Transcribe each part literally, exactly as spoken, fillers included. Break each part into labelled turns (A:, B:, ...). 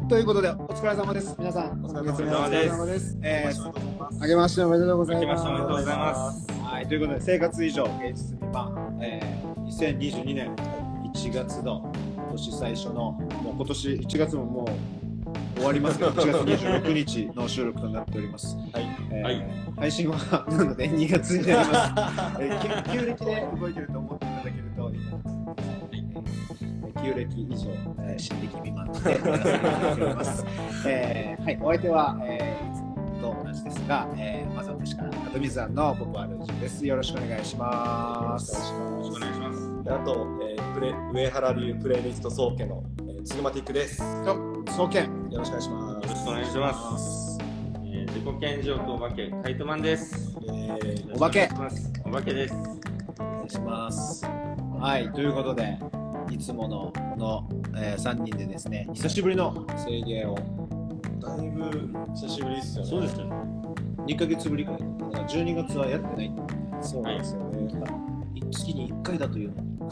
A: ということでお疲れ様です。皆さん
B: お疲れ様です。
A: えー、あげましておめでとうございます。
B: あけましておめでとうございます。
A: はい、ということで生活以上芸術未満、えー、にせんにじゅうにねんいちがつの今年最初のもう今年いちがつももう終わりますけどいちがつにじゅうろくにちの収録となっております。はい。えーはい、配信はなのでにがつになります。えー、旧暦で動いてると思っていただけるといいかなと思います。旧暦以上、えー、新暦未満でやらせていただいております。えー、はい、お相手は、えー、いつもと同じですが、えー、まず私から鳩水庵のポポアルージュです。よろしくお願いします。
B: よろしくお願いします。
C: であと、えー、プレ上原流プレイリスト総家の、えー、ツグマティックです。
A: 総家よ
C: ろしくお願いします。
B: よろしくお願いします。えー、自己顕示欲お化けカイトマンです。え
A: ー、お化け
B: お化けです。
A: お願いします。はい、ということでいつものこの、えー、さんにんでですね、久しぶりの制限を
C: だいぶ久しぶりですよね。
B: そうですね。
A: にかげつぶりくらい。じゅうにがつはやってないんで、ね。
C: そうなんですよね。
A: 月にいっかいだというのに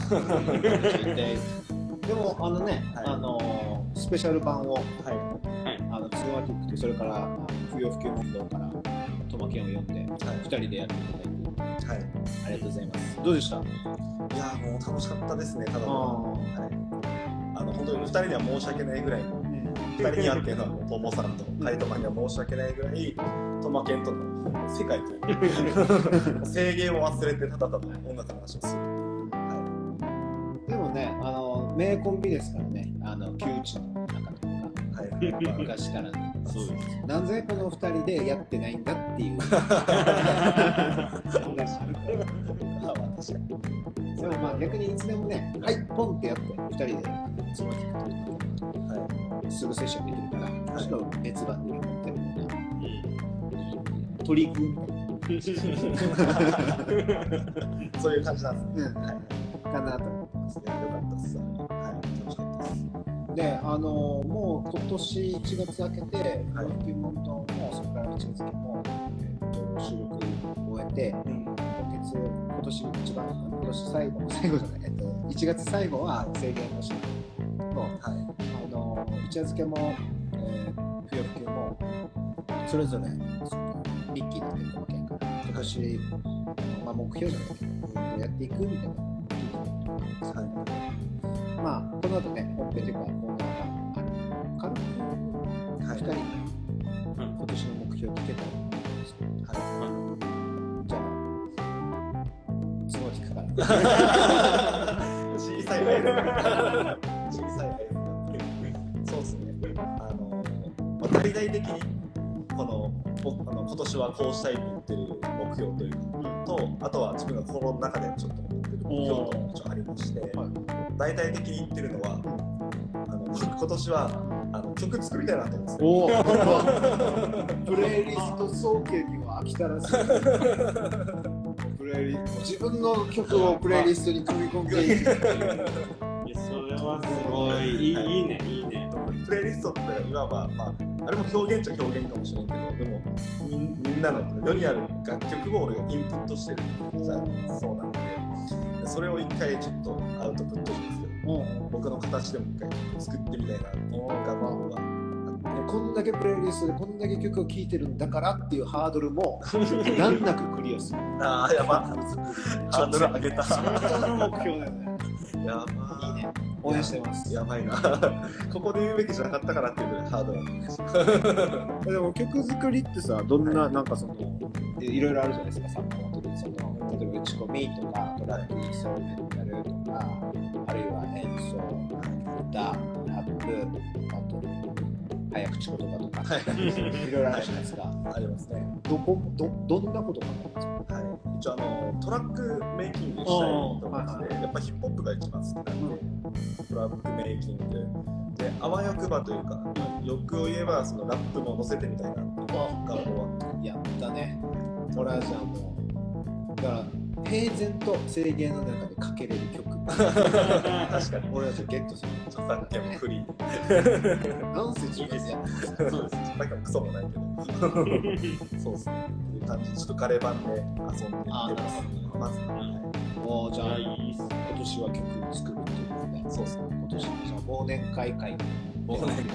A: でもあのね、はい、あのスペシャル版を、はい、あのツーマティックとそれから不要不急問答からトマケンを読んで、はい、ふたりでやっていただいて、はい、ありがとうございます。どうでした？
C: いやもう楽しかったですね。ただの、はい、あの本当にふたりには申し訳ないぐらいの、ふたりにはっていうのはポポさんとカイトマンには申し訳ないぐらいトマケンとの世界という制限を忘れてただただ音楽の話をする、
A: はい、でもね、あの名コンビですからね、あの旧知の中とか、はい、昔からね。そうです。なぜこのふたりでやってないんだっていう話でもまあ逆にいつでもね、はいポンってやってふたりでその聞くと、はい、すぐセッションできるから、はい、ちょっと別番組持ってるのが取り組む
C: そういう感じなんですね、
A: うん、はい、かなと思ってますね。
C: よかったです。はい、楽しかったです。
A: で、あのもう今年いちがつ明けて、はい、ピューモントもそれからいちがつも、えー、と収録を終えて、うん、今月今年一番今年最後最後じゃない、えっといちがつ最後は制限の週の、はい、あの一夜漬けも、えー、不要不急もそれぞれそのミッキーだってこの件から今年、まあ、目標じゃないけどやっていくみたいなのを聞いてみると思います。はい、まあこの後ね本編というかコーナーがある軽くふたりが今年の目標を聞けたらと思うんですけど、はい、じゃあつご聞くから
C: 小さいアイドル小さいアイドルそうですね。あの大々的にこのあの今年はこうしたいと言ってる目標というか、うん、とあとは自分が心の中でちょっと思ってる目標とももちろんありまして、はい、大々的に言ってるのは、うん、あの今年はあの曲作りたいなと思うんですよ。お
A: プレイリスト総計には飽きたらしいプレイリスト自分の曲をプレイリストに組み込んでいくっていう
B: いやそれはすごいいい、いいねいいね。
C: プレイリストっていわば、まあ、あれも表現っちゃ表現かもしれんけど、でも み, みんなの世にある楽曲を俺がインプットしてるそうなので、それを一回ちょっとアウトプットしますけど、うん、僕の形でも一回作ってみたいなっていう願望があって、
A: こんだけプレイリストでこんだけ曲を聴いてるんだからっていうハードルも難なくクリアする。
C: ああやばハードル上げた。
A: その目標だよね。
C: やば
A: いいね。応援してます。
C: やばいなここで言うべきじゃなかったからっていうぐらいハードなんです
A: でも曲作りってさ、どんな、はい、なんかそのいろいろあるじゃないですか。さっきもその例えば打ち込みとかトラッキーソーメンタルとか、あるいは演奏、歌、ラップ、あと早口言葉とか、はい、いろいろあるじゃないですか。
C: はい、ありますね。
A: どこ ど, どんなことかなんですか。
C: はい、一応あのトラックメイキングしたいと思って、はいはい、やっぱヒップホップが一番好きなんで、うん、トラックメイキングであわよくばというか、欲を言えばそのラップも載せてみたいなっていう願望は
A: やったね。トラジャンもだから平然と制限の中でかけれる曲
C: 確かに
A: 俺たちゲットする。
C: 著作権もフリー
A: なんせ自分でやる。
B: そうです。
C: 著作権もクソもないけどそうですねっていう感じでちょっとガレ版で遊んでみてますまず、はい、
A: もうじゃあ
B: いいっすね。
A: 今年は曲を作るっていうことで、
C: そうですね
A: 今年はじゃあ忘年会会
C: 忘年会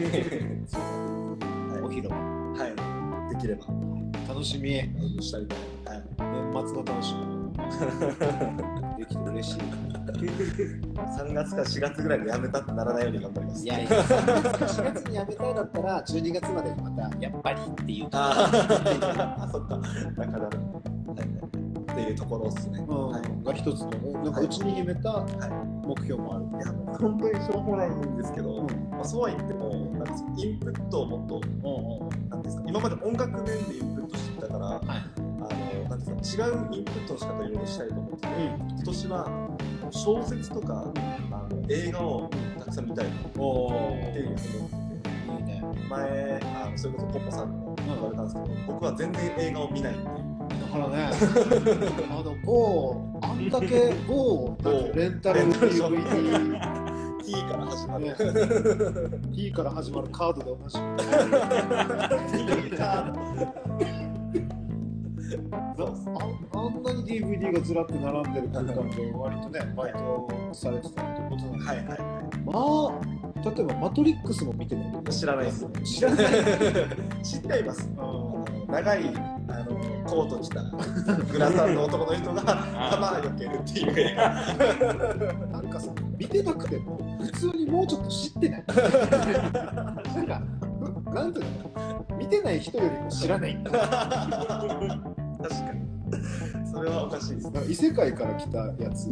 A: お披露目、
C: はいできれば
A: 楽しみ、
C: したみたいな、はい、
A: 年末の楽しみできて嬉しい。
C: さんがつかしがつぐらいでやめたってならないように頑張ります。
A: いやいや、さんがつかしがつにやめたいだったらじゅうにがつまでにまたやっぱりっていう
C: ああそっかだから、はい、っていうところですね、
A: うん
C: はい、
A: が一つのなんかうちに決めた目標もある。
C: いや本当にしょうもないんですけど、
A: うん
C: まあ、そうは言ってもなんかインプットをもっと、
A: うん
C: なんですか今まで音楽面でインプットしてたから、
A: はい、
C: あのなんですか違うインプットの仕方をいろいろしたいと思ってて、今年は小説とかあの映画をたくさん見たいっていうふうに思ってて、
A: いいね。
C: 前あのそれこそポッポさんにも言われたんですけど、僕は全然映画を見ないっていう。
A: だからね、あの某あんだけ某レンタル ディーブイディー
C: T から始まる、
A: ね、T から始まるカードで同じ。あ, あんなに ディーブイディー がずらって並んでる空間で割とねバイトされてたってことなんです、
C: はいはいはい、
A: まあ例えばマトリックスも見てない。
C: 知らないです。
A: 知らない。
C: 知っています。長いあのコート着たグラサンの男の人が弾避けるっていう映画。
A: なんかさ見てなくても普通にもうちょっと知ってない。なんかなんていうの見てない人よりも知らないんだ。
C: 確かに。それはおかしいです、ね。
A: 異世界から来たやつ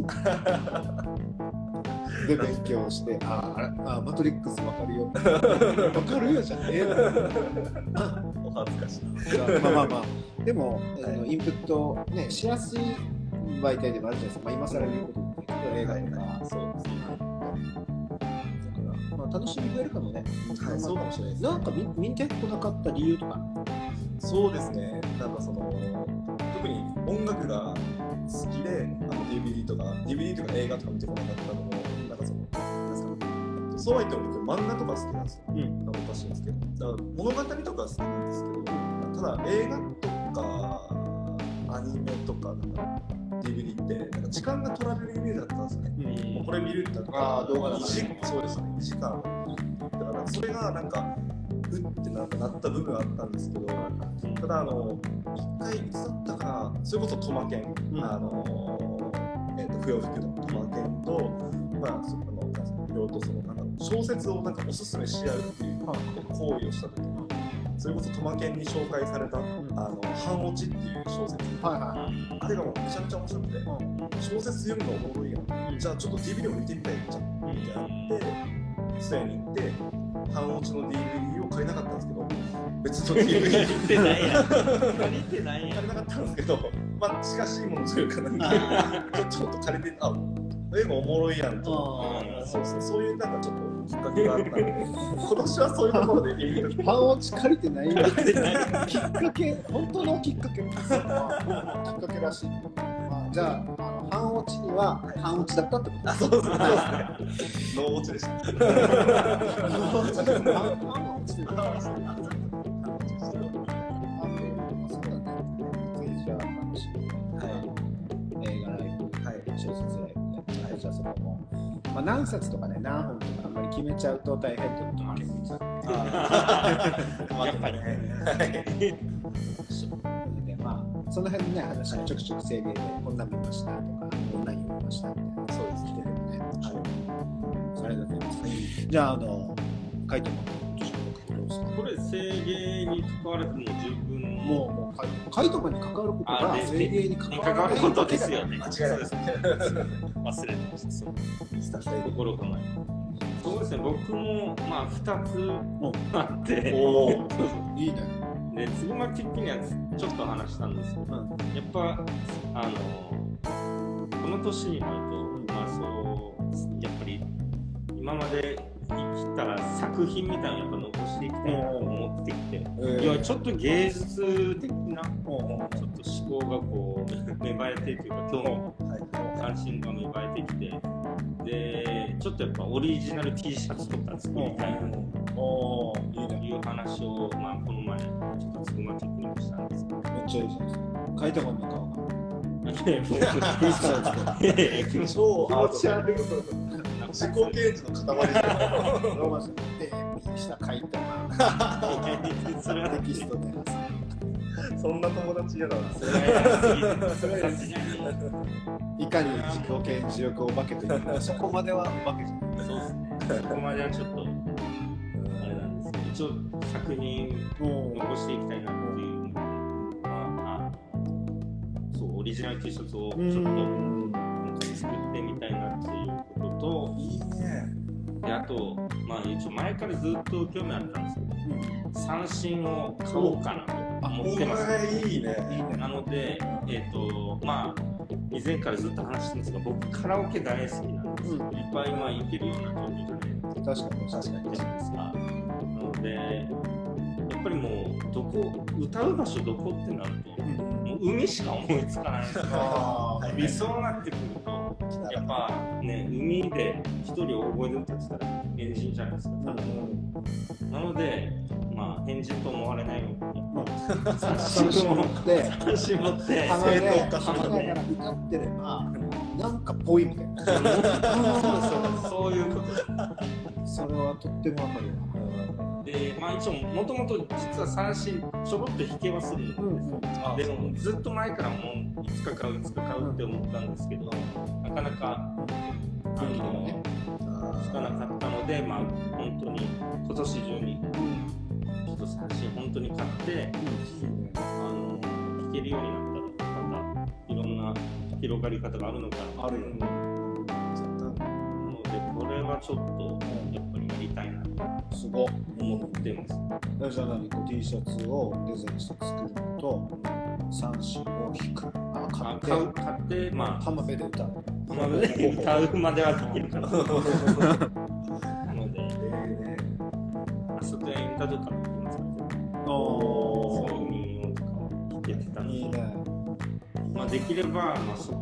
A: で勉強して、ああ、マトリックスわかるよ。わかるよじゃねえな。
C: お恥ずかしい。
A: まあまあまあ、でも、はい、インプット、ね、しやすい媒体でもあるじゃないですか。まあ、今更言うこともないけど、映画とか。はい、そうですね。だから、まあ、楽しみ増えるかもね。
C: はい、そうかもしれないです、ね。
A: なんか見見てこなかった理由とか。
C: そうですね。なんかその、特に音楽が好きで、あの ディーブイディー とか、ディーブイディー とか映画とか見てこなかったのも、なんかその、なんですか、そうは言っても僕漫画とか好きなんですよ。うん。おかしいんですけど。だから物語とか好きなんですけど、ただ映画とかアニメとかなんか ディーブイディー ってなんか時間が取られるイメージだったんですよね。うん、これ見るってなったら動画にじそうですね。にじかん。だからそれがなんかうってなんかなった部分はあったんですけど、ただあの一回いつだったかな、それこそトマケン、うん、あのえっ、ー、と不要不急のトマケンとまあそのいろいろとそのなんか小説をなんかおすすめし合うっていう行為をした時に。それこそトマケンに紹介された、うん、あの半落ちっていう小説、はいはい、あれがもうめちゃめちゃ面白くて、うん、小説読むのおもろいやん、うん、じゃあちょっと ディーブイディー を見てみたいじゃんってなってスタヤに行って半落ちの ディーブイディー を借りなかったんですけど別の ディーブイディー
B: 借りてないやん借りてないやん
C: 借りなかったんですけどまあ近しいものというかなんかちょっと借りてあ絵もおもろいやんとそうそうそういうなんかちょっときっかけがあったんで今年はそういうところで
A: 半落ち借りてないんだきっかけ本当のきっかけきっかけらしい、まあ、じゃあ、あの半落ちには半落ちだったってこと
C: ですね。そうですね。ノー落ちでした。ノー落ちでした。半落ちでした。半落ちでした。
A: そうだね。ぜひじゃあ楽しみに。はい。映画ライブ、はい、小説ライブで、はい、じゃあそこも。まあ、何冊とかね、何本とかあんまり決めちゃうと大変ってことも結構言ってたんで。
B: やっぱりね。
A: で、まあ、その辺のね、話をちょくちょく制限で、こんなん見ましたとか、こんなん読みましたみたいな。そうですね。ねはい。ありがとうございます。じゃあ、あの、カイトも、
B: これ、制限に関わらずもう十分。
A: もう、もう、カイトマンに関わることが制限に関わる
B: ことですよね。
C: 間違いないですね。
B: 忘れてました。そう。心構え。そうですね。僕もまあ二つあって。
A: おお。いいね。
B: で、次まきっきにはちょっと話したんですけど、やっぱあのこの年になると、まあそうやっぱり今まで生きた作品みたいなのやっぱ残していきたいなと思ってきて、えー、いやちょっと芸術的なちょっと思考がこう芽生えてというか興味、はい、関心が芽生えてきて、 ちょっとやっぱオリジナル T シャツとか作りたいなという話を、まあ、この前ちょっとつぐまテクニックしたんですけど、
A: めっちゃいいじゃないですか。書いた本の顔が。
C: 超
B: 気持ち悪い。
C: 自己顕示の塊じゃん。
A: ローマ字で右下書いた
B: それは
A: テキストで。
C: そんな友達嫌だな。
B: それはやりすぎる。それはやりすぎる。
A: いかに自己顕示力をお化けというか、そこまではお化けじゃない。
B: そうですね。そこまではちょっとあれなんですけど、一応作品を残していきたいなっていう、まあ、そうオリジナル T シャツをちょっと作ってみたいなっていうことと、
C: いいね。
B: であと、まあ一応前からずっと興味あったんですけど、三振を買おうかなと思ってます。
C: いいね。
B: なので、えっとまあ以前からずっと話してるんですが、僕カラオケ大好きなんですよ。いっぱい今行けるような状況じゃない
A: 確かに確かに
B: じゃないですか。なのでやっぱりもうどこ歌う場所どこってなると、うん、もう海しか思いつかないんですよ。理想になってくるとやっぱね海で一人大声で歌ってたら変人じゃないですか。うん、なのでまあ変人と思われないように。
A: 三振を持って
B: 三振持って
A: 鼻で鼻から歌ってればなんかぽいみたいな。
B: そういうこと
A: それはとってもわかるよ。
B: で、まあ一応もともと実は三振ちょろっと弾けはするんですよ、うんうん、でもずっと前からもういつか買ういつか買うって思ったんですけど、なかなかあのつかなかったので、まあ本当に今年中にちょっと三振本当に買って、あの弾けるようになったらまたいろんな広がり方があるのかな。
A: あるよね。
B: なのでこれはちょっとやっぱりやりたいなと
A: すごい
B: 思ってます。
A: じゃあ何 T シャツをデザインして作るのと三振を弾く。あ買って
B: 買う買ってまあ
A: 浜辺で歌う。
B: 浜辺で歌うまではできるかな。なので、えー、あそこへ歌とかできますかね。
A: おー。
B: そういう民謡とかを弾けてたので、
A: いいね。
B: まあできればまあそ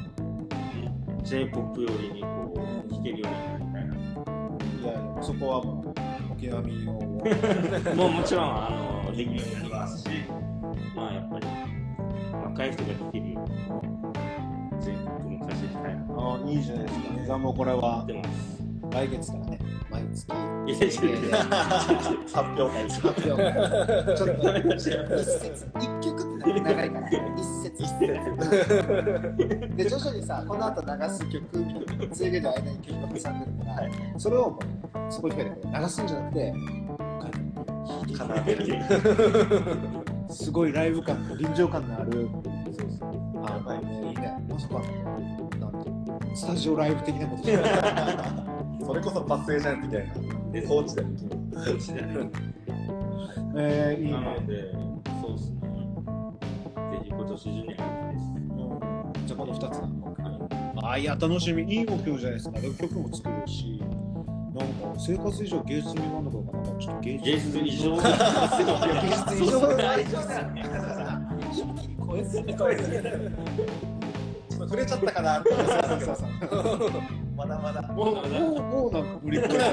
B: J-ポップ よりにこう弾けるようになりたいな。
A: いやいやそこはもう沖縄民謡を
B: もうもちろんあのできるようになりますし、まあやっぱり若い人ができるように J-ポップ も貸していきたいな。
A: ああいいじゃないですか。じゃあもうこれは来月からね毎月発表会発表会ちょっと一節一曲って長いから一節一節で徐々にさこの後流す曲ついでる間に曲が挟んでるから、はい、それをもうSpotifyで流すんじゃなくて奏でるすごいライブ感と臨場感のあるそうそうああいいねいいねまさかなんてスタジオライブ的なことしてる
C: それこそパスエージャンみたいなコーチでコーチで
A: えー、いいね。
B: なのでそうですねぜひ今年中にやりたいです、
A: うん、じゃあこのふたつの目標。あいや楽しみいい目標じゃないですか。曲も作るしなんか生活以上芸術未満の頃かなんかちょっと芸術
B: 芸術以上芸術
A: 以上一気に超えすぎ超えすぎ
C: 触れちゃったかなって思ったんですけどまだまだ
A: もうもうもうなんか振り越え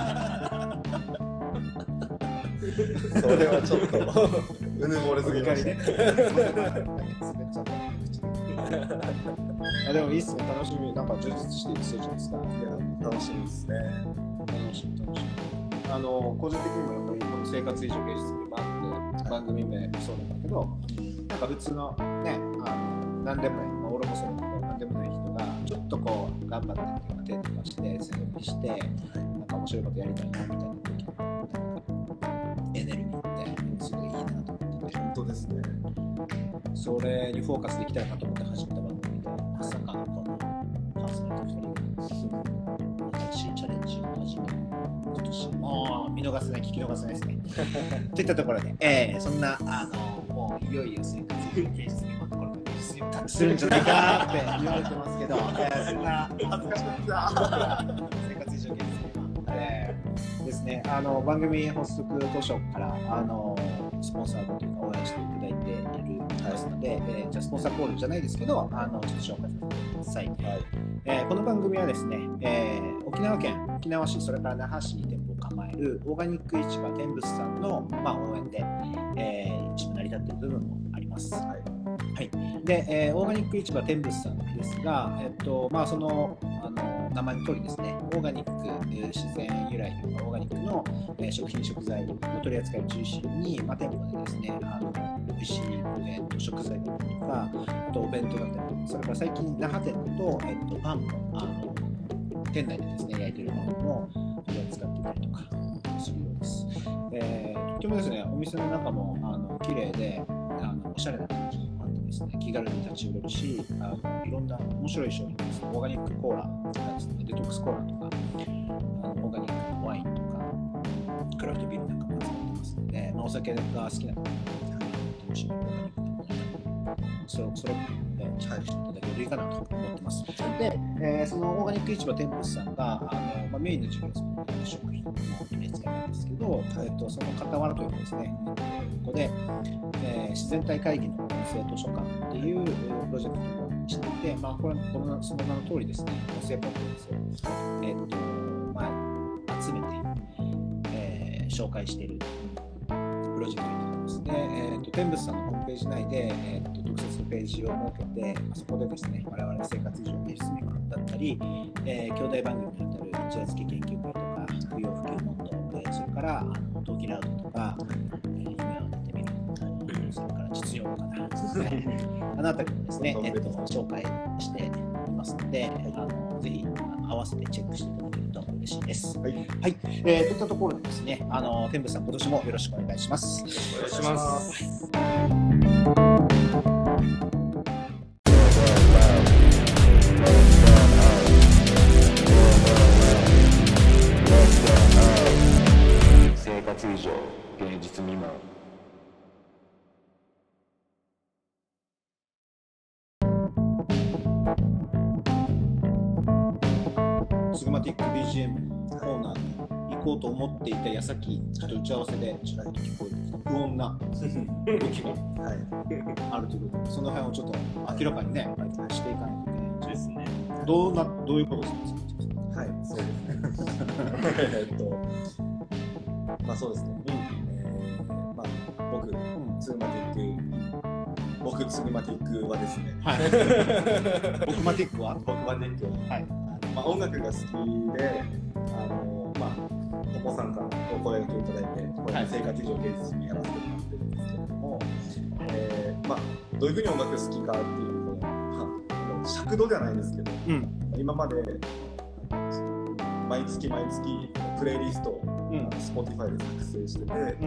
C: それはちょっとうぬぼれすぎましたね
A: 滑っちゃったあでもいいっすね楽しみなんか充実していきそうじゃないですか。い
C: や楽しみですね
A: 楽しみ楽しみあの個人的にもやっぱりこの生活以上芸術ってあって番組名もそうなんだけどなんか普通のねあの何でもない、まあ、俺もそうだけど何でもない人がちょっとこう頑張ってっていうか手とかして背伸びしてなんか面白いことやりたいなみたいな時なんかエネルギーってすごいいいなと思ってて
C: 本当ですね
A: それにフォーカスできたいなと思って始めた番組でまさかのこのパーソナリティふたりが新チャレンジを始め今年もう見逃せない聞き逃せないですねといったところで、えー、そんなあのもういよいよ生活芸術に今のところから技術にタッチするんじゃないかなって言われてますけど、えー、そんな恥ずかしかった生活以上芸術に今、えー、ですですね、あの番組発足当初からあのスポンサーというか応援していただいているですので、はい、えー、じゃあスポンサーコールじゃないですけど、あのちょっと紹介させてください。はい、えー、この番組はですね、えー、沖縄県沖縄市、それから那覇市に店舗を構えるオーガニック市場天物さんの、まあ、応援で、えー、一部成り立っている部分もあります。はいはい、で、えー、オーガニック市場天物さんですが、えっとまあ、そのあの名前の通りですね、オーガニック、えー、自然由来というかオーガニックの、えー、食品食材の取り扱いを中心に、まあ、店舗でですね、あの美味しい、えー、と食材だったりとか、あとお弁当だったり、それから最近那覇店だと、えー、とパンもあの店内でですね焼いているものも取り扱っていたりとかするようです。えー、とてもですね、お店の中もあの綺麗であのおしゃれな感じもあってですね、気軽に立ち寄れるし、あのいろんな面白い商品ですね、オーガニックコーラですね、デトックスコーラとか、あのオーガニックのワインとか、クラフトビールなんかも扱ってますので、まあ、お酒が好きな方は楽しみオーガニックのものそれをそれでチャージしていただけるといいかなと思ってます。で、えー、そのオーガニック市場天物さんがあの、まあ、メインの事業は食品の取り扱いなんですけど、えー、とその傍らというかですね、ここで、えー、自然体会議の音声図書館っていうプロジェクトをしていて、まあ、これはこのその名の通りですね、音声コンテンツを、えーとまあ、集めて、えー、紹介しているプロジェクトになります。で、えーと、天物さんのホームページ内で、えーと、特設のページを設けて、そこでですね、我々生活以上芸術未満だったり、えー、兄弟番組にあたる一夜漬け研究会とか、不要不急モンド、えー、それからあの陶器ラウドとか、えー、夢を寝てみる、それから実用かな、あのあたりもですね、えーと、紹介していますので、あのぜひ合わせてチェックしていただけると嬉しいです。はい、はい、えー、といったところでですね、あの天物さん、今年もよろしくお願いします。
B: お願いします。
D: 生活以上、芸術未満。
A: スグマティック ビージーエム コーナーに行こうと思っていた矢先、ちょっと打ち合わせでちらりと聞こえてきた不穏な動きがあるということで、その辺をちょっと明らかにね、していかないといけないですね。どうな、どういうことですか？
C: はい、そうですね。えっと、まあそうですね。うん、えー、まあ僕、うん、ツグマティック、僕ツグマティックはですね。はい。
A: 僕マティックは？
C: 僕マティックは。はい。まあ、音楽が好きで、あのまあ、お子さんからお声掛けいただいて、これ生活以上芸術にやらせてもらってるんですけれども、えーまあ、どういうふうに音楽好きかっていうのを尺度ではないんですけど、うん、今まで毎月毎月プレイリストを、うん、Spotify で作成してて、うん、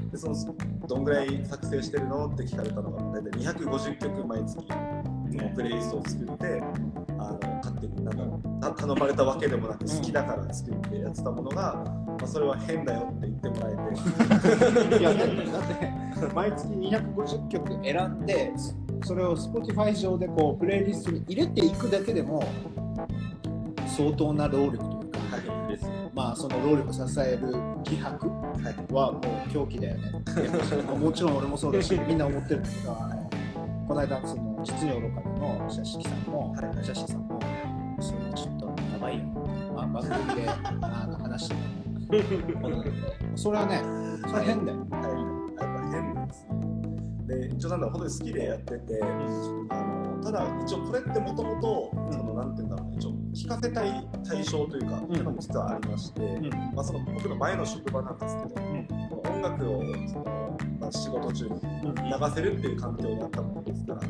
C: でそのどんぐらい作成してるのって聞かれたのが大体にひゃくごじゅっきょく毎月プレイリストを作って、あの勝手になんだろう頼まれたわけでもなく好きだから作ってやってたものが、まあ、それは変だよって言ってもらえていやだって
A: 毎月にひゃくごじゅっきょく選んでそれを Spotify 上でこうプレイリストに入れていくだけでも相当な労力というか、はいですまあ、その労力を支える気迫はもう狂気だよねもちろん俺もそうだしみんな思ってるんだけど、あのこの間その実業ロカルの写真さんも、はい、写真さんもそれちょっとやばいよ、まあ、番組であの話してたものなんでそれはね、それ変だよ、はい、
C: やっぱ変ですね。で一応なんだろう本当に好きでやってて、あのただ一応これってもともとそのなんていうんだろう、一応聞かせたい対象というか、うん、いうのも実はありまして、うんまあ、その僕の前の職場なんですけど、うん、この音楽をその、まあ、仕事中に流せるっていう環境にあったものですから、うん、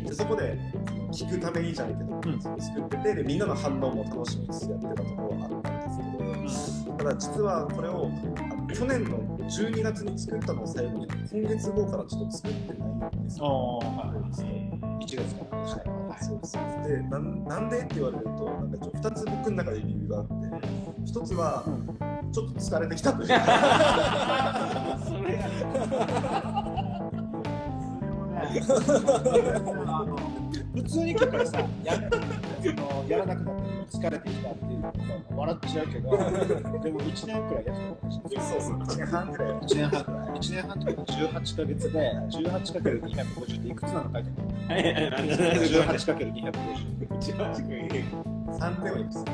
C: でそこで聞くためにじゃないけど、うん、その作っててでみんなの反応も楽しみつつやってたところがあったんですけど、うん、ただ実はこれを去年のじゅうにがつに作ったのを最後に今月号からちょっと作ってないんですよ。
A: いちがつから、はい
C: はい、そうですでな、なんでって言われるとなんかちょふたつ僕の中で理由があって、ひとつは、うん、ちょっと疲れてきたというかそれ
A: 普通に来るからさ、やそのやらなくなったり疲れてきたっていうの笑っちゃうけど、でもいちねんくらいやってたかもしれない。
C: そうそう、いちねんはんくらい。
A: いちねんはんくらい。いちねんはんとかじゅうはちかげつで、じゅうはちかけるにひゃくごじゅうっていくつなの書いてある？じゅうはちかけるにひゃくごじゅう。
B: じゅうはちかける
C: さんてんはいくつ？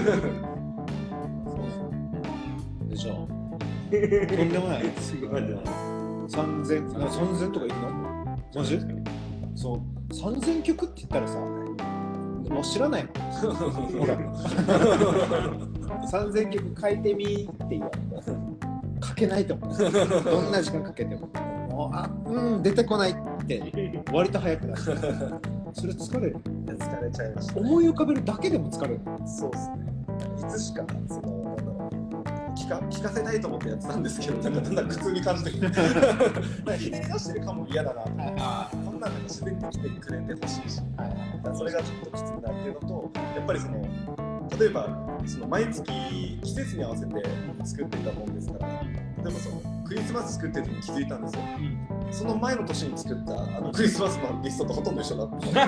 A: でしょ。とんでもない。さんぜん、さんぜんとかいくの？マジ？そう、さんぜんきょくって言ったらさ、もう知らないもん。ほら。さんぜんきょく書いてみーって言われたら書けないと思う。どんな時間かけても。もうあ、うん、出てこないって割と早くなる。それ疲れる。
C: 疲れちゃいました、ね。
A: 思い浮かべるだけでも疲れる。
C: そうですね。いつしかそのなんだろう聞か聞かせたいと思ってやってたんですけど、なんかだんだん苦痛に感じてくる。ひねり出してるかも嫌だな。あこんなんなんか自然に来てくれてほしいし、はい、それがちょっときついなっていうのと、やっぱりその例えばその毎月季節に合わせて作っていたもんですから、例えばそのクリスマス作ってる時に気づいたんですよ。うん、その前の年に作ったあのクリスマスのリストとほとんど一緒だった。そう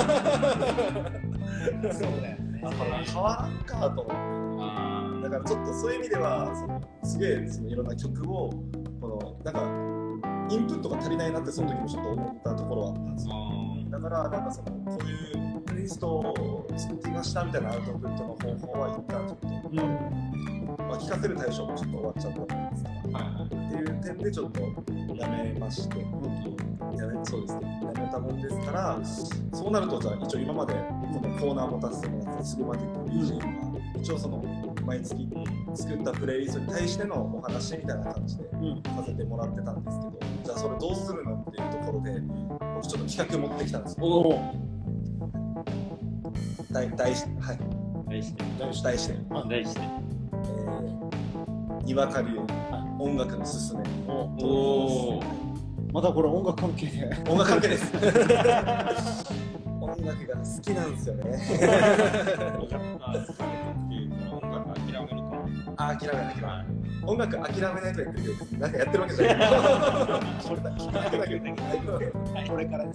C: だよね。変わらんかと思って。だからちょっとそういう意味ではそのすげえそのいろんな曲をこのなんかインプットが足りないなってその時もちょっと思ったところはあったんですよ。だからなんかそのこういうプレイリストを作ってみましたみたいなアウトプットの方法は一旦ちょっと、うんまあ、聞かせる対象もちょっと終わっちゃったんですが、はい、っていう点でちょっとやめまして、うん、やめそうですねやめたもんですから、そうなるとじゃあ一応今までこのコーナー持たせてもらってスグマティック ビージーエム は一応その毎月作ったプレイリストに対してのお話みたいな感じでさせてもらってたんですけど、うん、じゃあそれどうするのっていうところで僕ちょっと企画持ってきたんですよ。お題題してはい
B: 題して
C: 題して題して、
B: 題して
C: えー、にわか流音楽のすすめ。
A: おおまたこれ音楽関係で
C: 音楽関係です音楽が好きなんですよねあ、諦めない諦めない。音楽諦めないと言ってるけど、なんかやってるわけじゃない。それだけだけだけど、これからです。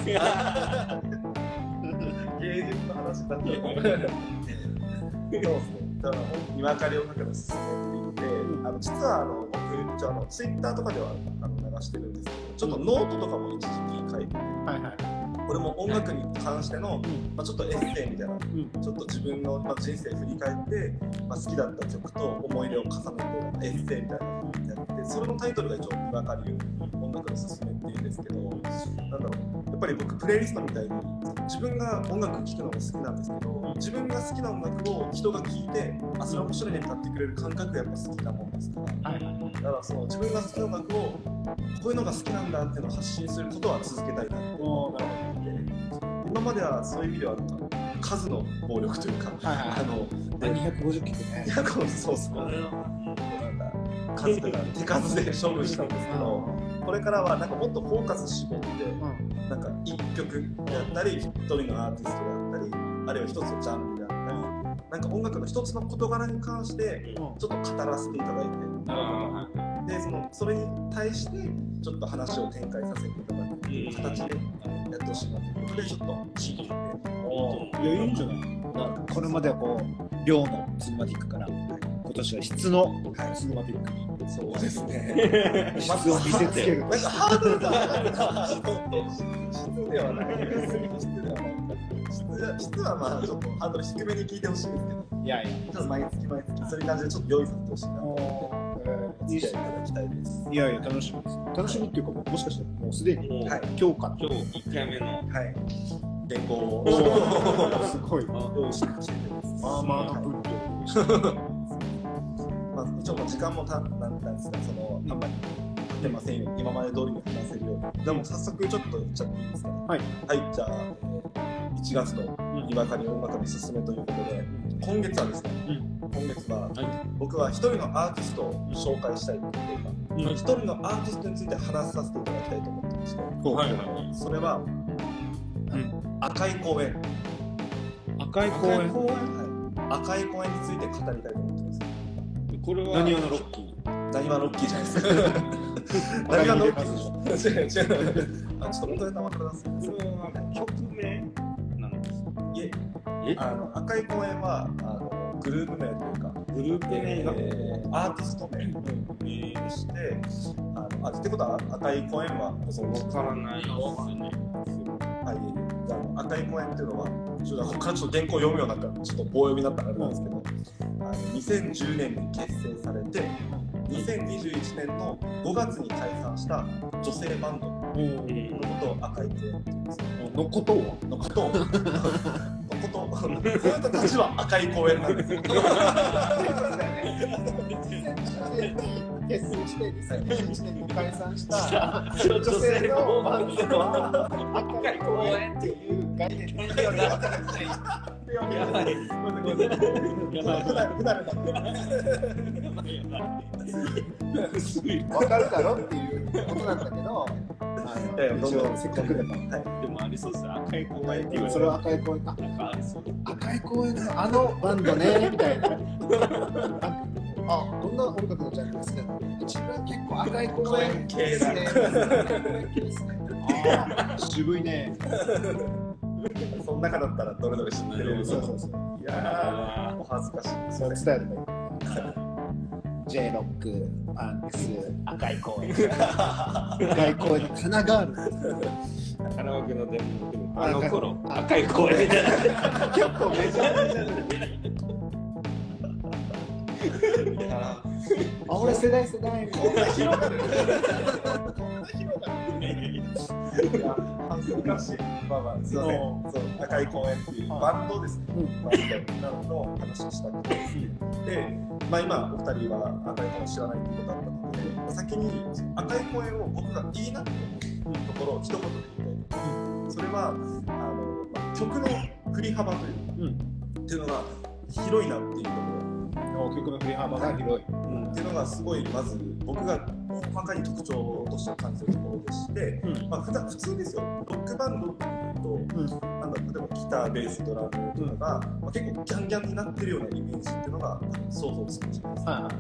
C: 芸術の話だった。そうですね。だからにわか流音楽のすすめって言って、あの実はあの僕一応あのツイッターとかではあの流してるんですけど、ちょっとノートとかも一時期書いてて、はいはい。これも音楽に関しての、まあ、ちょっとエッセイみたいな、うん、ちょっと自分の、まあ、人生振り返って、まあ、好きだった曲と思い出を重ねてエッセイみたいなのをやってて、それのタイトルが一応にわか流音楽のすすめっていうんですけど、なんだろうやっぱり僕プレイリストみたいに自分が音楽聴くのも好きなんですけど、自分が好きな音楽を人が聴いてあそれ面白いねってなってくれる感覚がやっぱ好きなもんですから、はい、だからその自分が好きな音楽をこういうのが好きなんだっていうのを発信することは続けたいなって思っていて、今まではそういう意味ではなんか数の暴力というか、はいはい、あの
A: にひゃくごじゅっきくね。
C: そうそう。なんか数とか手数で勝負したんですけど、これからはなんかもっとフォーカス絞って、うん、なんか一曲であったり、一人のアーティストであったり、あるいは一つのジャンルであったり、なんか音楽の一つの事柄に関してちょっと語らせていただいて、うん、でそのそれに対してちょっと話を展開させていただくっていう形でやってほしいなということでちょっと仕切って、
A: いやいいんじゃない？なんかこれまではこう量のツグマティックから、はい、今年は質のツグマティックに、
C: はい、そうですね。
A: 質を見せつける。
C: なんかハードルが上がった質ではないですね。質ではない。質はまあちょっとハードル低めに聞いてほしいんですけど、いやいや、ちょっと毎月毎月そういう感じでちょっと用意させてほしいなと思って、お付き合いいただきたいです。
A: いやいや楽しみです。楽しみっていうかもしかしてもうすでに、はい、今日から
B: 今日いっかいめの
C: はい原稿を
A: すごい
C: 用意してきてます。
A: まあまあな分量。
C: まあ一応時間もたなんですがそのあんまり経ってませんよ。今まで通りに話せるように。でも早速ちょっと言っちゃっていいですか。はいはいじゃあ。いちがつのにわか流音楽のすすめということで、今月はですね、うん、今月は、はい、僕は一人のアーティストを紹介したいというか、うん、一人のアーティストについて話させていただきたいと思ってまして、はいはい、それは、うん、赤い公園
A: 赤い公園、
C: はい、赤い公園について語りたいと思ってます。
B: これは
A: 何話のロッキ
C: ー何話ロッキーじゃないですか何話ロッキー違う違うあちょっと本当にたまってください。
B: これは曲名え
C: あの赤い公園はあのグループ名というか
B: グループ名が、
C: えーアーティスト名にしてあのあってことは赤い公園はご存知
B: わからないですね。
C: はい、あの赤い公園っていうのはちょっとここからちょっと原稿読むようになったらちょっと棒読みになったらあれなんですけど、あのにせんじゅうねんに結成されてにせんにじゅういちねんのごがつに解散した女性バンドのことを赤い公園って言うんですよ。
A: のことを
C: のことをのことずっと立ちは赤い公園なんですよ。
A: 結成してにせんにじゅういちねんに解散した女性のバンドは赤い公園っていう概念でやばい。わかるだろっていうことなんだけど、あの一応せっかくだから。
B: でもありそうですね。赤い公園っていう。
A: それは赤い公園か。
B: なんかありそう。
A: 赤い公園のあのバンドねみたいな。あ、どんな音楽のジャンルですか。一番結構赤い公園系ですね。あ、渋いね。
C: その中だったらどれどれ知ってる。
A: そうそうそう。
C: いやー、お恥ずかしい。
A: そう伝えればいい。J ロック、パンクス、赤い公園。赤い公園の花がある。
B: カラオケの電話のあの頃赤い公園みたいな。
A: 結構メジャーメジャー。あ、俺世代世代みたいな。広がる。
C: いや、恥ずかしい。まあまあ、すいません。そう、赤い公園っていうバンドですね。バンドの話をしたくて。で、まあ今お二人は赤い公園知らないってことだったので、先に赤い公園を僕がいいなと思うところを一言で言いたい。それはあの、まあ、曲の振り幅という、うん、っていうのが広いなっていうところ。
A: 曲の振り幅が広い、
C: うん、っていうのがすごいまず僕が細かい特徴として感じるところでして、うん、まあ、普段普通ですよ。ロックバンドっていうと、うん、なんだ例えばギター、ベース、ドラムとかが、うん、まあ、結構ギャンギャンになってるようなイメージっていうのが想像つくじゃないですか。はい、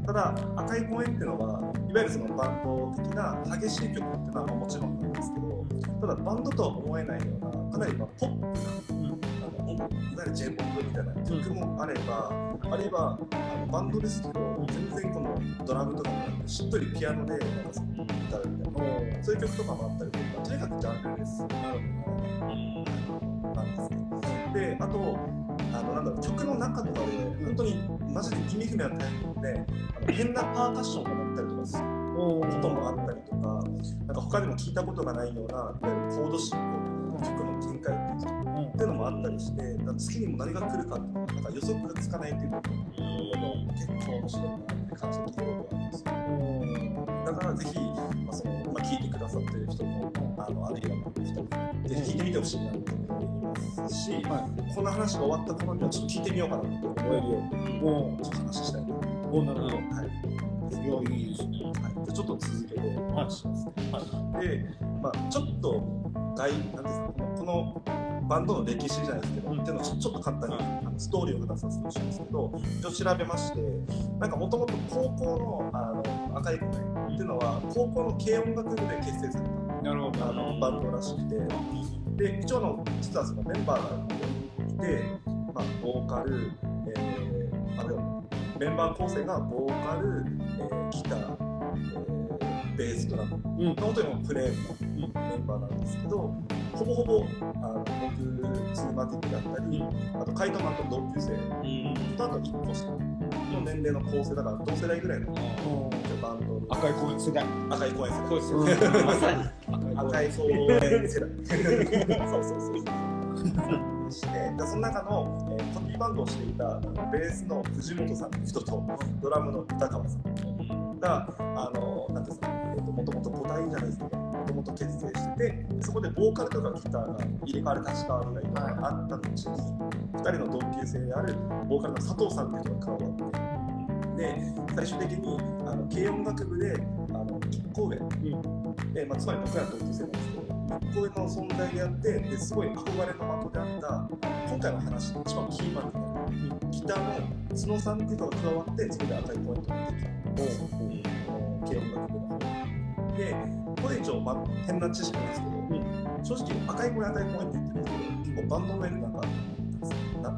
C: ただ赤い公園っていうのはいわゆるそのバンド的な激しい曲っていうのはもちろんなんですけど、ただバンドとは思えないようなかなりまあポップな、うん、あのいわゆる J-ポップ みたいな曲もあれば、うん、あるいはあのバンドですけど全然このドラムとかもしっとりピアノでなんかその歌うみたいな、そういう曲とかもあったりとか、とにかくジャンルですなるなんですね。で、あとあのなんだろう、曲の中とかで本当にマジで意味不明なタイミングであの変なパーカッションが鳴ったりとかすることもあったりとか、なんか他でも聞いたことがないようないわゆるコード進行とか曲の展開っていうっていうのもあったりして、次にも何が来るかっていうのがなんか予測がつかないっていうのが結構面白いなって感じるところがあるんですよ。だからぜひ、まあそのまあ、聞いてくださってる人もあのあるいはふたりぜひ聞いてみてほしいなと思いますし、はい、この話が終わった頃にはちょっと聞いてみようかなと思えるようにちょっと話したいなと思います。なるほど。はい。いいですね。はい。じゃちょっと続けて話しますね。はい。で、まあちょっと概なんですか、このバンドの歴史じゃないですけど、うん、っていうのをちょっと簡単にあのストーリーを話させてほしいんですけど、一応調べまして、なんかもともと高校のあの赤い公園っていうのは高校の軽音楽部で結成されたなるほどあのバンドらしくて、で一応の実はそのメンバーがいて、まあ、ボーカル、えー、あれメンバー構成がボーカル、えー、ギター、えー、ベース、ドラム、うん、の本当にプレーのメンバーなんですけど、ほぼほぼあの僕、ツーマティックだったり、あとカイトマンと同級生、うん、とあといっこ下の年齢の構成だから同世代ぐらいの、うん、バンドの
A: 赤い公園世代
C: 赤い公園世代、
B: うん、まさに
C: 赤い公園世代そうそうそうしてでその中の、えー、コピーバンドをしていたベースの藤本さんという人とドラムの歌川さんがあのなんですか、えー、ともともとご体じゃないですけどもともと結成してて、そこでボーカルとかギターが入れ替わり立ち替わりがいろいろあった後にふたりの同級生であるボーカルの佐藤さんという人が加わってで最終的にあの軽音楽部であのいっこ上、うんでまあ、つまり僕らの同級生なんですけどいっこ上の存在であってですごい憧れの的であった今回の話の一番キーマンになるギターの角さんっていう人が加わってそこで赤いポイントができるんですよ、軽音楽部の方でこれ以上、まあ、変な知識なんですけど、うん、正直赤い公園赤い公園って言ってるんですけど結構バンド名でなんか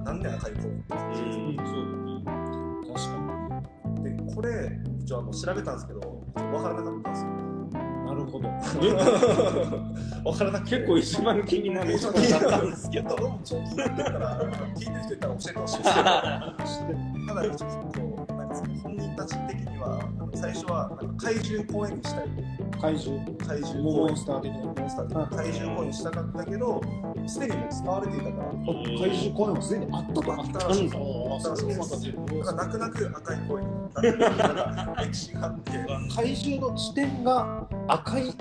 C: なんで赤い公園って感じです。
B: うんそう
A: 確か
C: でこれ一応あの調べたんですけど分からなかったんですよ。
A: になるほど。
C: 分からなくて
B: 結構一番気になることだったんですけど
C: 俺も超気になってるから聞いてる人いたら教えてほしいですけどただ一応一個なんかその本人たち的にはあの最初はなんか怪獣公園にしたい
A: 怪獣
C: 怪獣
A: モ
C: 公園
A: ンスター的な
C: モンスター的な怪獣公園にしたかったけどすでにもう使われていたから
A: 怪獣公園はすでにあったと
C: あったらしいです。
A: ああ、それまたね。
C: だから泣く泣く赤い公園になったっていうなんか歴史があって
A: 怪獣の地点が赤いなん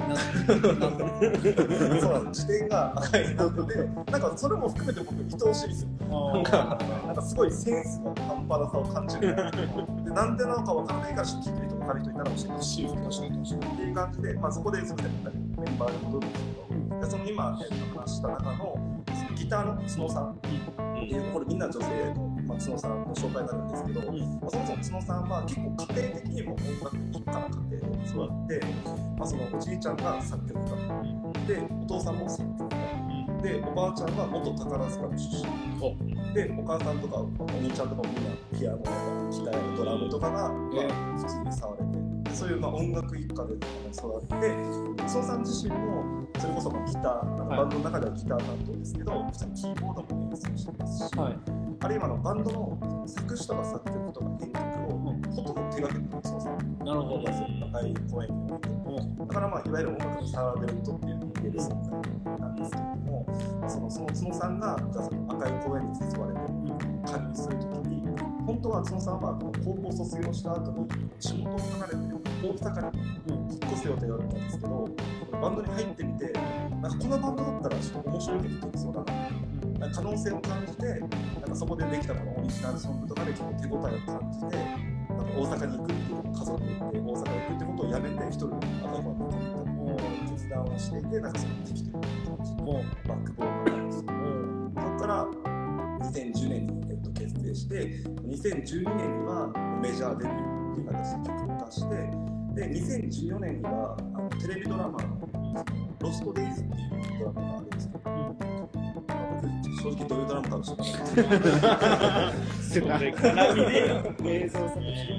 C: そうなんです。視点が赤いなので、なんかそれも含めて僕愛おしいですよ。なんか、なんかすごいセンスの半端なさを感じる。で、なんでなのかわからないから、ちょっと聞いてる人分かる人いたら教えてほしいですけど、っていう感じで、まあそこですみません、メンバーに戻るんですけど、でその今、えっと、話した中のギターの角さんっていう、これみんな女性の、まあ、角さんの紹介になるんですけど、まあ、そもそも角さんは結構家庭的にも音楽一家の家庭で育って、まあ、そのおじいちゃんが作曲家で、お父さんも作曲家で、おばあちゃんは元宝塚の出身で、お母さんとかお兄ちゃんとかもみんなピアノとかギタードラムとかが、まあ、普通に触れて、そういうまあ音楽一家で育って、角さん自身もそれこそまあギター、なんかバンドの中ではギター担当ですけど、普通にキーボードも演奏してますし、はい、あるいはのバンドの作詞とか作曲とか編曲をほとんど手掛けてる角さん。なるほど。赤い公演において、だからまあいわゆる音楽のサーベルトっていうのを言える存在なんですけれども、そのその角さんがじゃあその赤い公園に誘われて加入するときに、本当は角さんは高校卒業した後に仕事を離れて大阪に引っ越す予定だったんですけど、バンドに入ってみて、なんかこのバンドだったらちょっと面白いことできそうだな、可能性を感じて、なんかそこでできたこのオリジナルソングとかで結構手応えを感じて、なんか大阪に行くっていう家族で行って大阪に行くってことをやめて一人で赤い公園に行った決断をしていて、なんかそのできてる感じのバックボーンなんですよ。そこからにせんじゅうねんに、えっと、結成して、にせんじゅうにねんにはメジャーデビューっていう形で曲を出して、でにせんじゅうよねんにはあのテレビドラマの「ロストデイズ」っていうドラマがあるんですけど、うん、まあ、僕正直どういうドラマか知らないですけど
B: それから見で
A: 映像作品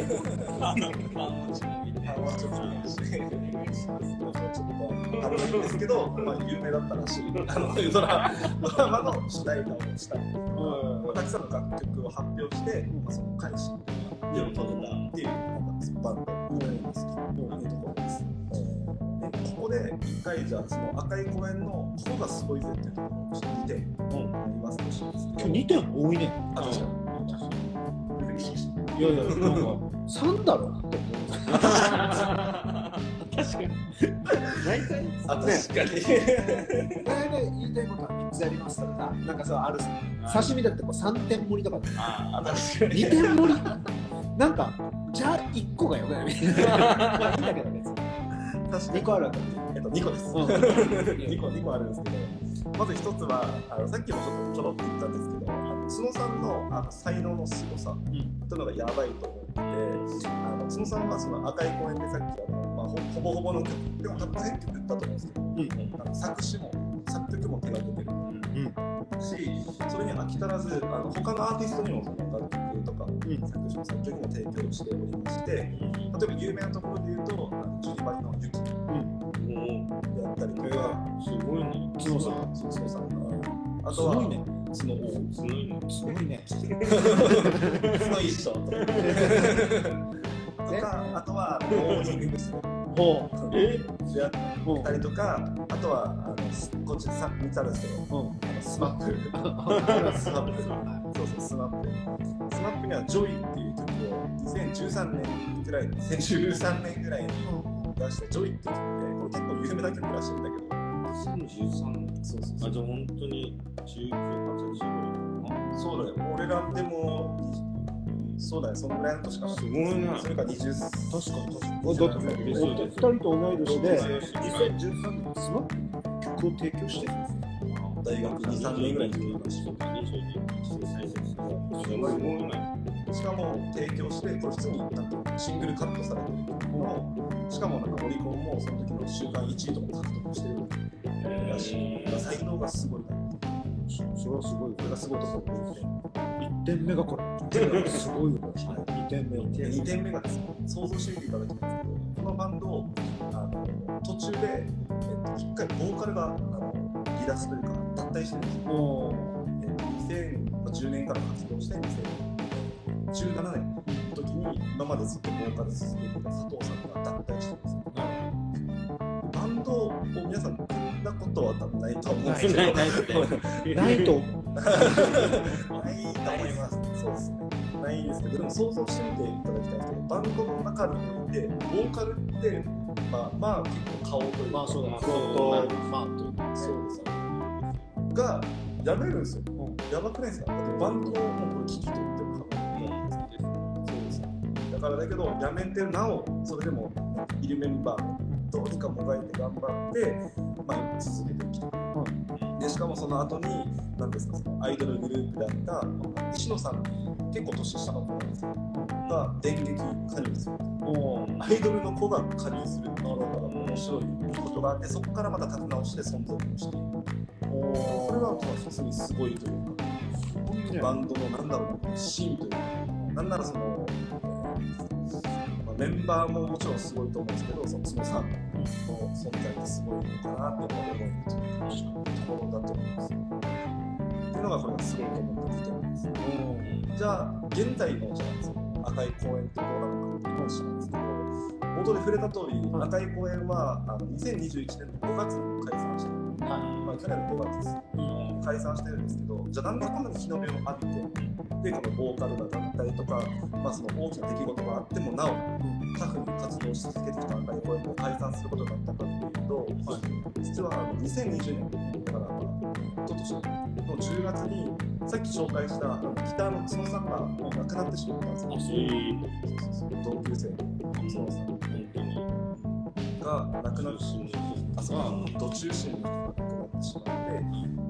C: ちょっとあるんですけど、まあ、有名だったらしいあのドラドラマの主題歌をしたり、うん、たくさんの楽曲を発表して、まあ、その開始でを取れたっていうバンドなんですけど、いうところです。でここで一回じゃあその赤い公園のここがすごいぜっていうところをちょっとにてん言わせてほしいんですけど、今日
A: にてん多いね。
C: あ、確かに。
A: いやいや、なんかさんだろって思う。
B: 確かに。大体
C: あ、確かに。
A: 大体言いたいことはみっつありますからさ、なんかそうあるさ。刺身だってこうさんてん盛りとかで、
C: あ、確かに。
A: にてん盛りなんかじゃあいっこがよくないみたいな。まあいいんだけど別に。
C: 確かに。
A: にこあるわけ。
C: えっとにこです。にこにこあるんですけど、まずひとつはあのさっきもちょっとちょろっと言ったんですけど、あの角さんのあの才能のすごさというのがやばいと思ってて、あの角さんはその赤い公園でさっきあの、まあ、ほ, ほぼほぼの曲でも多分全曲言ったと思うんですけど、うん、あの作詞も作曲も手掛けてる、うん、し、それに飽き足らずあの他のアーティストにもその楽曲とか、うん、作詞も作曲も提供しておりまして、例えば有名なところで言うとあのジュリバリのユキ、うん、やったりとか、
B: すごいね。
C: 角さん、角さんが、あとは
A: すごいね。
C: 角王、
B: すごいね。
A: すごいね。
C: 角いい人とか、あとはモーニング娘。
A: ほう。
C: え、やったりとか、あとはあのこっちさみっつあるんですけど、あのスマップ、スマップ、そうそうスマップ、スマップにはジョイっていう曲をにせんじゅうさんねんぐらい、にせんじゅうさんねんぐらいに出したジョイっていう曲で、これ結構有名な曲らしいんだけど。
B: にせんじゅうさんねん。
C: そうそうそう。
B: あ、じゃあ本当にじゅうきゅう、はたちぐらいかな。
C: そうだよ。俺らでもそうだよ。そのぐらいの年かな。
B: すごいな。
C: それかにじゅう。
A: 確かに確かに。だってふたりと同い年でにせんじゅうさんねんにスマップに曲を提供してるんですよ。
C: 大学に、さんねんぐらいの時に
B: にじゅうに、すごいな。
C: しかも提供して、これ普通になんかシングルカットされてる曲の、しかもなんかオリコンもその時の週間いちいとか獲得してるらしい。才能がすごいな。
A: すそれはすごい。
C: これがすごいところで、
A: いってんめがこれ。すごいよ、これ。にてんめ。
C: にてんめがですね、想像してみていただきたいんですけど、このバンド、あの途中で、えっと、いっかいボーカルがあの離脱というか、脱退してるんですよ。えっと、にせんじゅうねんから活動して、にせんじゅうななねんの時に、今までずっとボーカル続けていた佐藤さんが脱退してるんですよ。バンドを皆さん、組んだことは多分ないと思うんですけど、
B: ないないって
A: ないと思う。
C: ないと思います。そうですね。ないんですけど、でも想像してみていただきたいんですけど、バンドの中において、ボーカルって、まあ、まあ結構顔というか、
A: まあそうだ、
B: まあ
A: フロントマンというか。
C: そうですよ。が、やめるんですよ。やばくないですか？だってバンドをもうこれ聞き取っても過言ないです。そうです。だからだけど、やめてなお、それでもいるメンバーどうにかもがいて頑張って、まあ、続けてきた。でしかもその後に何ですか、そのアイドルグループであった石野さん、結構年下の子なんですよが電撃加入する。アイドルの子が加入するっていうのが面白いことがあって、そこからまた立て直して存在をしている。それは普通にすごいというか、バンドのなんだろう、シーンというか、なんならその、まあ、メンバーももちろんすごいと思うんですけど、その角さんの存在ってすごいのかなって思うところだと思います。っていうのがこれがすごいと思った時点です。じゃあ現在のじゃあその赤い公園ってどうなのかっていう話なんですけど、冒頭で触れた通り、赤い公園はあのにせんにじゅういちねんのごがつに解散してる。はい、まあ、去年のごがつです、うん、解散してるんですけど、じゃあなんでこんなに日の目を浴びて、でこのボーカルが脱退とか、まあ、その大きな出来事があってもなおタフに活動し続けてきた赤い公園を解散することになったかというと、はい、実はあのにせんにじゅうねんだから、まあ、一昨年のじゅうがつにさっき紹介したギターの角さんがもう亡くなってしまったんですよ。そうそうそう、同級生の角さんが亡くなるし、あそこの土中心に亡くなってしまって、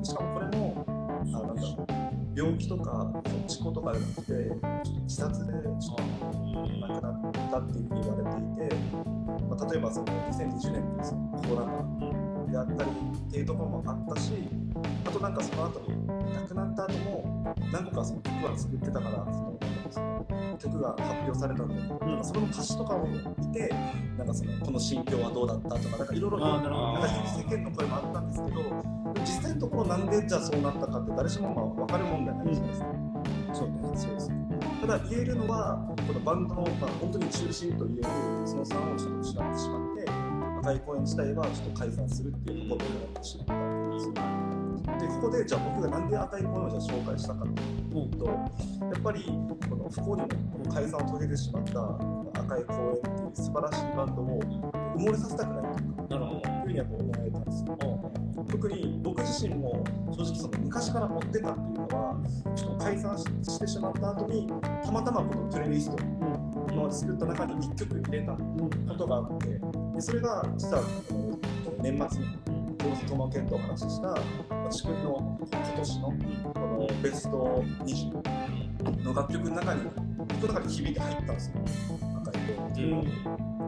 C: しかもこれもあなんだろう、病気とか事故とかじゃなくて、ちょっと自殺でちょっと亡くなったっていうふうに言われていて、まあ、例えばそのにせんにじゅうねんのそのコロナであったりっていうところもあったし、あとなんかその後に亡くなった後も何個かその曲は作ってたから、そのその曲が発表されたので、うん、それの歌詞とかを見て、なんかそのこの心境はどうだったとか、なんかいろいろ世間の声もあったんですけど、実際のところなんでじゃあそうなったかって誰しもまあ分かる問題ないじゃないですか。うん、そうね、そうです。ただ言えるのは、このバンドの、まあ、本当に中心と言える角さんをちょっと失ってしまって、赤い公園自体はちょっと解散するっていうことになってしまったんですよ。でここでじゃあ僕がなんで赤い公園をじゃあ紹介したかというと、やっぱりこの不幸にもこの解散を遂げてしまった赤い公園っていう素晴らしいバンドを埋もれさせたくないというか、なるほど、いうふうには思えたんですよ。特に僕自身も正直その昔から追ってたっていうのは、ちょっと解散してしまった後にたまたまこのプレイリストを今まで作った中にいっきょく入れたことがあって、でそれが実は年末にトマケンとお話しした私君の今年のこのベストにじゅうの楽曲の中に僕の中に響いて入ったんですよ、赤い公園っていうの、うん、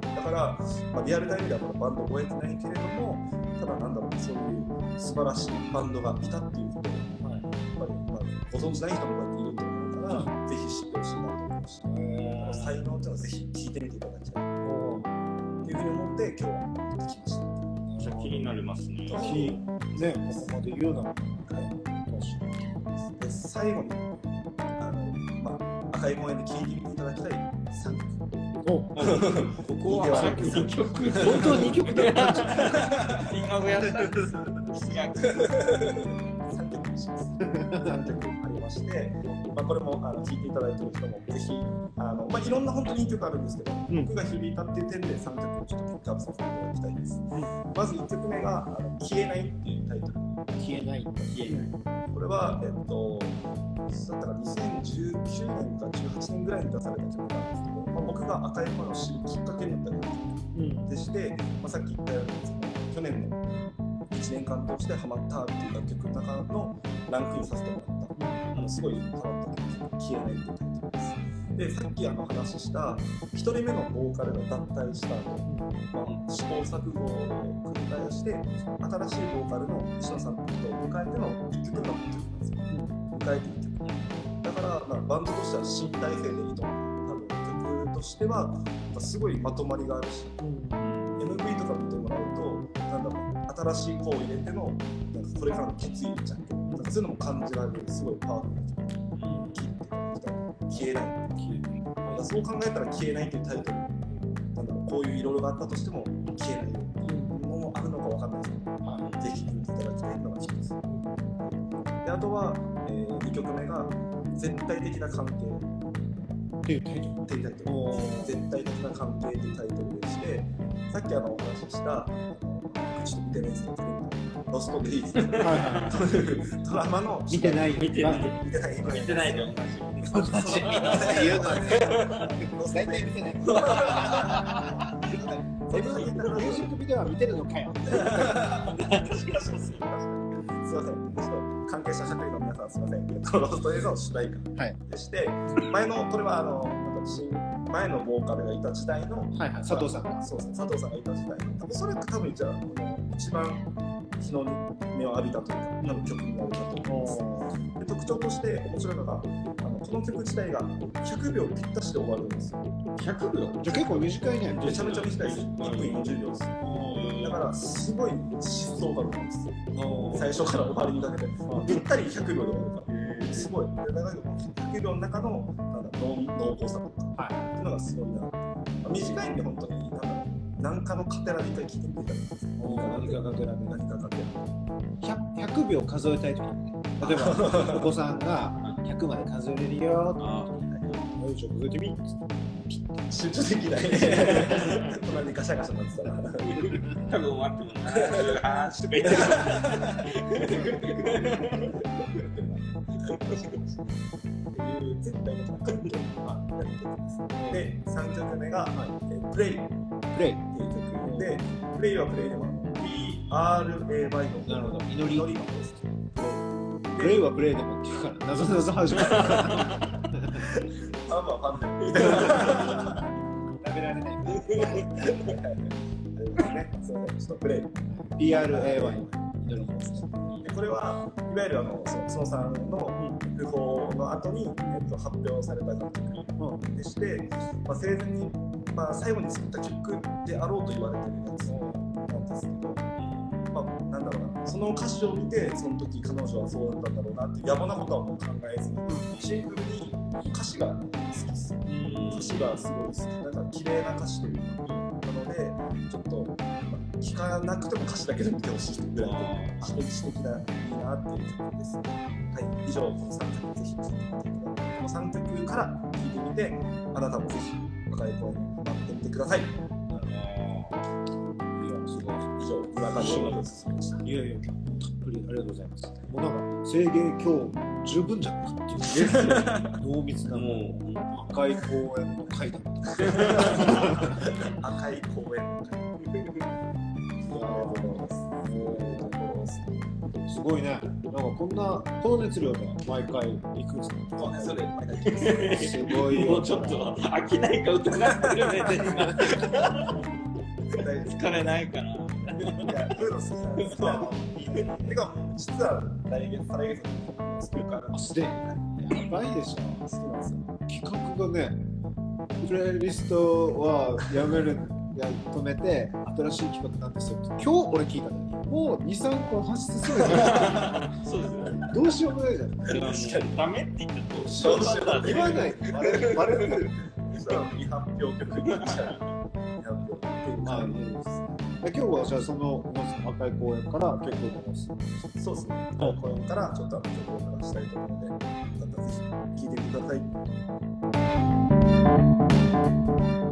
C: だから、まあ、リアルタイムではまだバンドを覚えてないけれども、ただなんだろう、そういう素晴らしいバンドがいたっていうことを、はい、やっぱり、まあ、ご存知ない人もこうやっていると思うから、うん、ぜひ知ってほしいなと思いました。才能っていうのはぜひ聴いてみていただきたいっていうふうに思って今日は持ってきました。
B: 気になりますね。
A: ね、ここまで言うなら、はい、
C: で最後にあの、まあ、赤い公園で聴いてみていただきたいさんきょく。
A: おここはさんきょく。本当ににきょくだったんじゃない。
B: 今もやったんです。
C: さんきょくにします。さんきょくありまして、まあ、これもあの聴いていただいている人もぜひあの、まあ、いろんな本当にいい曲あるんですけど、うん、僕が響いたっていう点でさんきょくちょっとピックアップさせていただきたいです。うん、まずいっきょくめがあの消えないっていうタイトル。
A: 消えない。
C: 消えない。これは、えっと、だったらにせんじゅうきゅうねんかじゅうはちねんぐらいに出された曲なんですけど、まあ、僕が赤い声を知るきっかけになった曲でして、うん、まあ、さっき言ったように去年のいちねんかん通してハマったっていう楽曲の中のランクインさせてもらった、あのすごいハマった曲、消えないっていうタイトルです。 でさっきあの話したひとりめのボーカルが脱退した後、まあ、試行錯誤を繰り返して新しいボーカルの石野さんと迎えてのいっきょくめの曲なんですよ。迎えていっきょくめだから、まあ、バンドとしては新体制でいいと思う。多分曲としてはすごいまとまりがあるし、うん、エムブイ とか見てもらうとなんだろう、新しい子を入れてのなんかこれからの決意じゃん、そういうのも感じられるすごいパワフルな曲、うん、消えない消えないそう考えたら消えないというタイトル、なんだろう、こういういろいろがあったとしても消えないよっていうのもあるのかわかんないですけど、はい、ぜひ聴いていただきたいのが一つで、あとは、えー、にきょくめが絶対的な関係
A: っていうタイトル
C: っていうタイトル絶対的な関係っていうタイトルでして、さっきあのお話ししたあのちょっと見てないですけどロストデイズというドラマの
A: 見てない
B: 見てない
C: 見てない
B: 見てないで
A: 同じ同じ言うのね大体見てないミュージックビデオは見てるのかよ
C: すいません、ちょっと関係者社会の皆さんすいません、ロストデイズの主題歌でして、はい、前のこれはあの前のボーカルがいた時代の、はいはい、佐藤さんがそうですね、佐藤さんがいた時代のおそらく多分じゃあ一番日の目を浴びたというか、今の曲になるかと思います。で特徴として面白いのが、あのこの曲自体がひゃくびょうぴったしで終わるんですよ。
B: ひゃくびょう？
A: じゃあ結構短いね。
C: めちゃめちゃ短いです。いっぷんよんじゅうびょうです。だからすごい疾走感なんですよ。最初から終わりにかけてぴったりひゃくびょうで終わるから、すごい。だからひゃくびょうの中のなんだ濃厚さとか、はい、っていうのがすごいな。短いんで本当になんだろう。何かのカテラで一回聞いてみていただきます。
A: 何かカテラで
C: 何かカテ
A: ラ。ひゃくびょう数えたいときにね。例えばお子さんがひゃくまで数えれるよって。ちょっと数えてみ。
C: 集中できない。隣にガシャガシャなってたら。
B: 多分終わってもな。あーしとか言ってる。
C: 絶対の感覚をやっていきます。で、さんきょくめが、プレイ。
A: プレイ
C: っていう曲で、プレイはプレイでも ピーアールエーワイ の
A: なるほど祈り
C: 祈りの方です。
A: プレイはプレイでもっていうから謎々始まる。
C: あんまファンでみたいな。
A: 食べられない。
C: ね、そうね、ちょっとプレイ。
A: ピーアールエーワイ 祈りの方ですね。
C: これはいわゆるあのそのさんの訃報の後に、えっと、発表された楽曲でして、まあ、生前に、まあ、最後に作った曲であろうと言われているやつなんですけど、まあ、なんだろうな、その歌詞を見てその時彼女はそうだったんだろうなっていう野暮なことはもう考えずに、シンプルに歌詞が好きです。歌詞がすごい好き、なんか綺麗な歌詞というかなので、ちょっと、まあ、聞かなくても歌詞だけで見てほしいぐらいで詩的ないいなっていう曲です。はい、以上このさんきょくぜひ聴いてみてください。このさんきょくから聴いてみて、あなたもぜひ若い声にハマってみてください。いやすごい。以上村上翔が進めました。
A: いやいやたっぷりありがとうございます。もうなんか清芸今日十分じゃないかっていう濃密なもう赤い公園の階段とか
C: 赤い公園の階段。
A: すごいね。なんかこんなこの熱量で毎回行くんですか。
C: そうね、それ毎回行くんです。
A: すごい。
B: もうちょっと飽きないか疑ってるね。疲れないかな。いや、
C: そういうの好きなんですけど。てか実は来月再来月に作るから。
A: すでに。やばいでしょ。
C: 好きなんですよ。
A: 企画がね、プレイリストはやめる。や止めて新しい企画なんですよ。今日俺聞いたのにもうに、さんこ発出するじゃん。
B: そうですね。
A: どうしようもないじゃん。
B: 確かにダメって言ったらどうし
C: ようもない。
A: 言わない。バレるバレる。
C: 未発表曲にしたら。
A: まあいいですね。今日はじゃあその赤い公園から曲を流す。
C: そうですね。赤い公園からちょっと曲を流したいと思うので、またぜひ聴いてみてください。